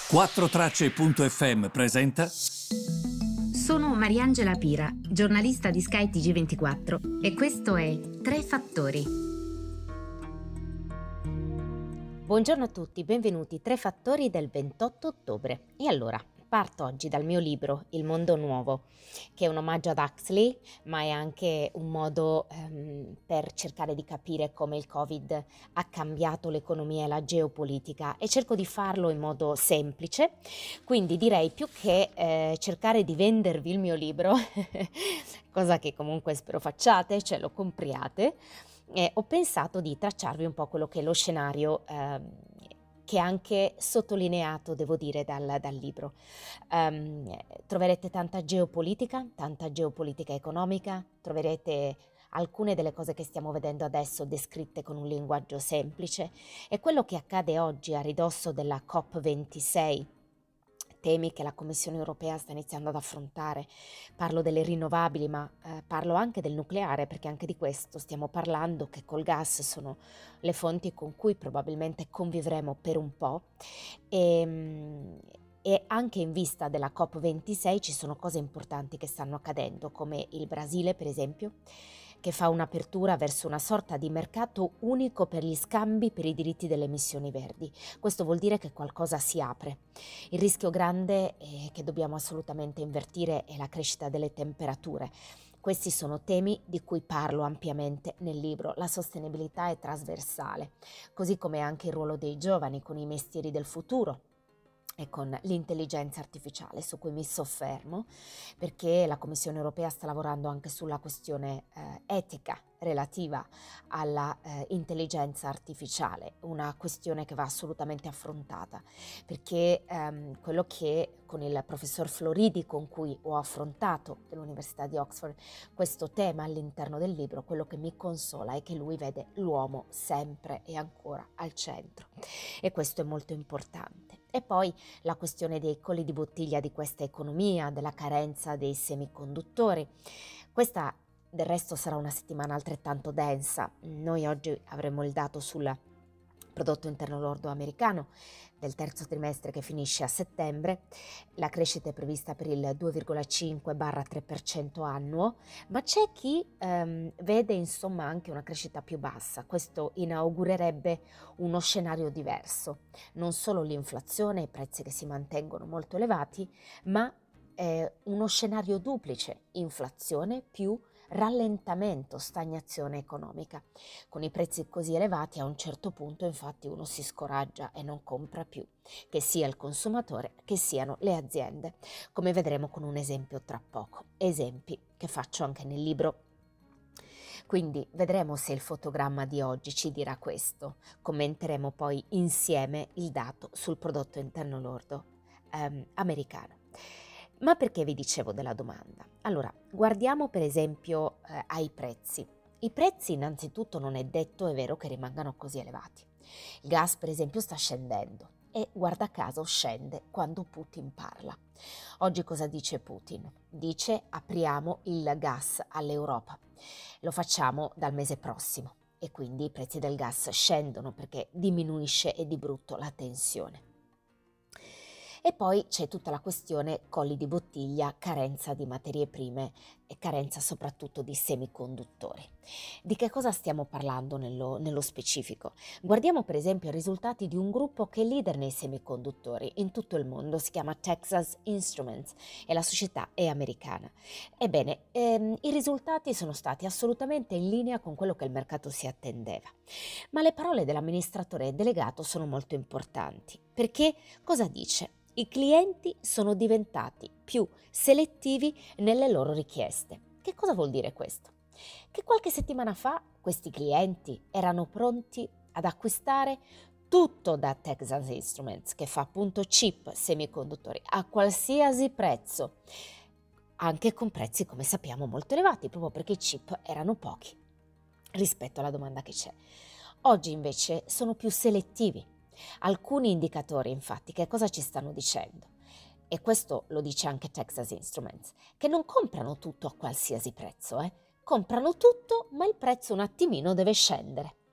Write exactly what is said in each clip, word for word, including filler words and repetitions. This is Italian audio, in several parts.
quattro tracce punto effe emme presenta. Sono Mariangela Pira, giornalista di Sky T G ventiquattro e questo è Tre Fattori. Buongiorno a tutti, benvenuti Tre Fattori del ventotto ottobre. E allora, parto oggi dal mio libro Il mondo nuovo, che è un omaggio ad Huxley, ma è anche un modo ehm, per cercare di capire come il Covid ha cambiato l'economia e la geopolitica, e cerco di farlo in modo semplice. Quindi direi, più che eh, cercare di vendervi il mio libro, cosa che comunque spero facciate, cioè lo compriate, eh, ho pensato di tracciarvi un po' quello che è lo scenario ehm, che è anche sottolineato, devo dire, dal, dal libro. Um, troverete tanta geopolitica, tanta geopolitica economica, troverete alcune delle cose che stiamo vedendo adesso descritte con un linguaggio semplice, e quello che accade oggi a ridosso della COP ventisei, temi che la Commissione europea sta iniziando ad affrontare. Parlo delle rinnovabili, ma eh, parlo anche del nucleare, perché anche di questo stiamo parlando, che col gas sono le fonti con cui probabilmente convivremo per un po'. E, e anche in vista della COP ventisei ci sono cose importanti che stanno accadendo, come il Brasile, per esempio, che fa un'apertura verso una sorta di mercato unico per gli scambi per i diritti delle emissioni verdi. Questo vuol dire che qualcosa si apre. Il rischio grande eh, che dobbiamo assolutamente invertire è la crescita delle temperature. Questi sono temi di cui parlo ampiamente nel libro. La sostenibilità è trasversale, così come anche il ruolo dei giovani con i mestieri del futuro e con l'intelligenza artificiale, su cui mi soffermo, perché la Commissione europea sta lavorando anche sulla questione eh, etica relativa alla eh, intelligenza artificiale, una questione che va assolutamente affrontata, perché ehm, quello che con il professor Floridi, con cui ho affrontato dell'Università di Oxford questo tema all'interno del libro, quello che mi consola è che lui vede l'uomo sempre e ancora al centro, e questo è molto importante. E poi la questione dei colli di bottiglia di questa economia, della carenza dei semiconduttori. Questa del resto sarà una settimana altrettanto densa. Noi oggi avremo il dato sul prodotto interno lordo americano del terzo trimestre che finisce a settembre. La crescita è prevista per il due virgola cinque tre per cento annuo, ma c'è chi ehm, vede insomma anche una crescita più bassa. Questo inaugurerebbe uno scenario diverso, non solo l'inflazione e i prezzi che si mantengono molto elevati, ma eh, uno scenario duplice: inflazione più rallentamento, stagnazione economica. Con i prezzi così elevati, a un certo punto infatti uno si scoraggia e non compra più, che sia il consumatore che siano le aziende, come vedremo con un esempio tra poco, esempi che faccio anche nel libro. Quindi vedremo se il fotogramma di oggi ci dirà questo. Commenteremo poi insieme il dato sul prodotto interno lordo ehm, americano. Ma perché vi dicevo della domanda? Allora, guardiamo per esempio eh, ai prezzi. I prezzi innanzitutto non è detto, è vero, che rimangano così elevati. Il gas per esempio sta scendendo e guarda caso scende quando Putin parla. Oggi cosa dice Putin? Dice: apriamo il gas all'Europa. Lo facciamo dal mese prossimo, e quindi i prezzi del gas scendono perché diminuisce e di brutto la tensione. E poi c'è tutta la questione colli di bottiglia, carenza di materie prime e carenza soprattutto di semiconduttori. Di che cosa stiamo parlando nello, nello specifico? Guardiamo per esempio i risultati di un gruppo che è leader nei semiconduttori in tutto il mondo, si chiama Texas Instruments e la società è americana. Ebbene, ehm, i risultati sono stati assolutamente in linea con quello che il mercato si attendeva. Ma le parole dell'amministratore delegato sono molto importanti, perché cosa dice? I clienti sono diventati più selettivi nelle loro richieste. Che cosa vuol dire questo? Che qualche settimana fa questi clienti erano pronti ad acquistare tutto da Texas Instruments, che fa appunto chip semiconduttori a qualsiasi prezzo, anche con prezzi, come sappiamo, molto elevati, proprio perché i chip erano pochi rispetto alla domanda che c'è. Oggi invece sono più selettivi. Alcuni indicatori, infatti, che cosa ci stanno dicendo? E questo lo dice anche Texas Instruments, che non comprano tutto a qualsiasi prezzo, eh? Comprano tutto, ma il prezzo un attimino deve scendere.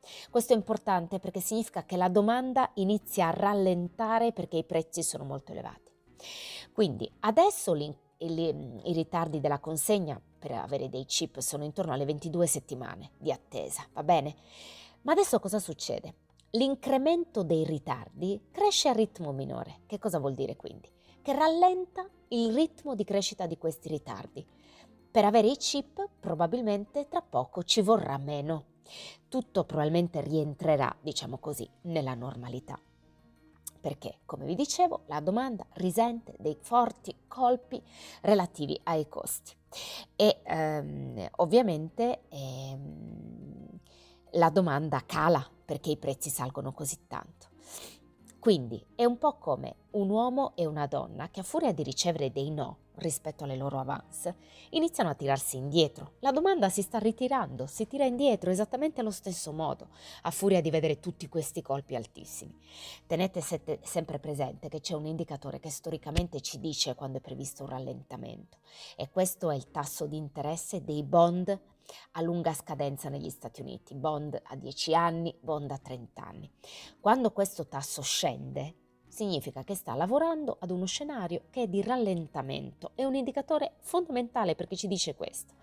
Questo è importante perché significa che la domanda inizia a rallentare perché i prezzi sono molto elevati. Quindi adesso i, i ritardi della consegna per avere dei chip sono intorno alle ventidue settimane di attesa, va bene? Ma adesso cosa succede? L'incremento dei ritardi cresce a ritmo minore. Che cosa vuol dire quindi? Che rallenta il ritmo di crescita di questi ritardi. Per avere i chip probabilmente tra poco ci vorrà meno. Tutto probabilmente rientrerà, diciamo così, nella normalità. Perché, come vi dicevo, la domanda risente dei forti colpi relativi ai costi. E ehm, ovviamente ehm, la domanda cala perché i prezzi salgono così tanto. Quindi è un po' come un uomo e una donna che a furia di ricevere dei no rispetto alle loro avance iniziano a tirarsi indietro. La domanda si sta ritirando, si tira indietro esattamente allo stesso modo, a furia di vedere tutti questi colpi altissimi. Tenete sette, sempre presente che c'è un indicatore che storicamente ci dice quando è previsto un rallentamento, e questo è il tasso di interesse dei bond a lunga scadenza negli Stati Uniti, bond a dieci anni, bond a trenta anni. Quando questo tasso scende, significa che sta lavorando ad uno scenario che è di rallentamento. È un indicatore fondamentale perché ci dice questo.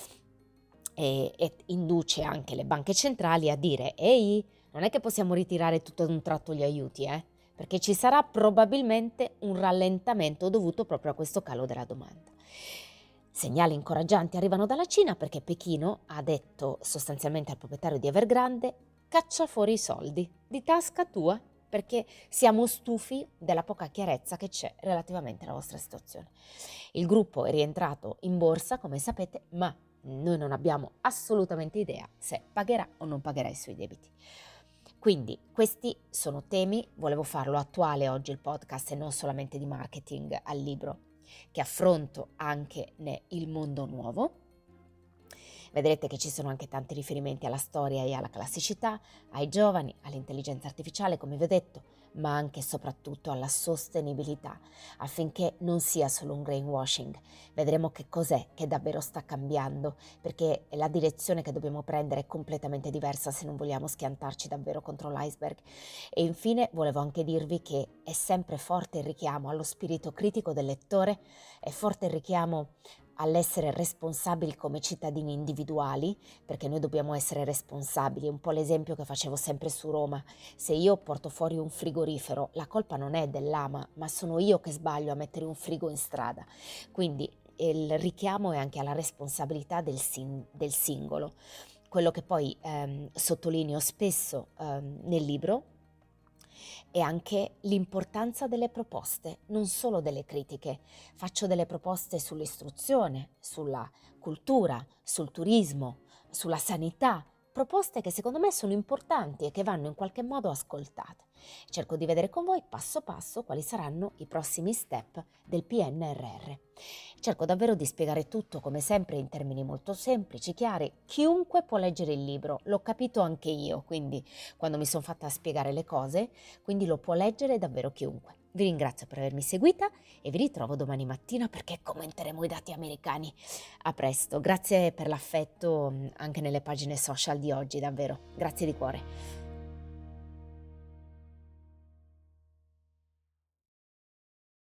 E, e induce anche le banche centrali a dire: ehi, non è che possiamo ritirare tutto ad un tratto gli aiuti, eh? Perché ci sarà probabilmente un rallentamento dovuto proprio a questo calo della domanda. Segnali incoraggianti arrivano dalla Cina perché Pechino ha detto sostanzialmente al proprietario di Evergrande: caccia fuori i soldi di tasca tua, perché siamo stufi della poca chiarezza che c'è relativamente alla vostra situazione. Il gruppo è rientrato in borsa, come sapete, ma noi non abbiamo assolutamente idea se pagherà o non pagherà i suoi debiti. Quindi questi sono temi, volevo farlo attuale oggi il podcast e non solamente di marketing al libro, che affronto anche nel mondo nuovo. Vedrete che ci sono anche tanti riferimenti alla storia e alla classicità, ai giovani, all'intelligenza artificiale, come vi ho detto, ma anche e soprattutto alla sostenibilità, affinché non sia solo un greenwashing. Vedremo che cos'è che davvero sta cambiando, perché la direzione che dobbiamo prendere è completamente diversa se non vogliamo schiantarci davvero contro l'iceberg. E infine volevo anche dirvi che è sempre forte il richiamo allo spirito critico del lettore, è forte il richiamo all'essere responsabili come cittadini individuali, perché noi dobbiamo essere responsabili. È un po' l'esempio che facevo sempre su Roma: se io porto fuori un frigorifero, la colpa non è dell'Ama, ma sono io che sbaglio a mettere un frigo in strada. Quindi il richiamo è anche alla responsabilità del, sin- del singolo. Quello che poi ehm, sottolineo spesso ehm, nel libro e anche l'importanza delle proposte, non solo delle critiche. Faccio delle proposte sull'istruzione, sulla cultura, sul turismo, sulla sanità, proposte che secondo me sono importanti e che vanno in qualche modo ascoltate. Cerco di vedere con voi passo passo quali saranno i prossimi step del P N R R. Cerco davvero di spiegare tutto, come sempre, in termini molto semplici, chiari. Chiunque può leggere il libro, l'ho capito anche io, quindi quando mi sono fatta spiegare le cose, quindi lo può leggere davvero chiunque. Vi ringrazio per avermi seguita e vi ritrovo domani mattina perché commenteremo i dati americani. A presto, grazie per l'affetto anche nelle pagine social di oggi, davvero, grazie di cuore.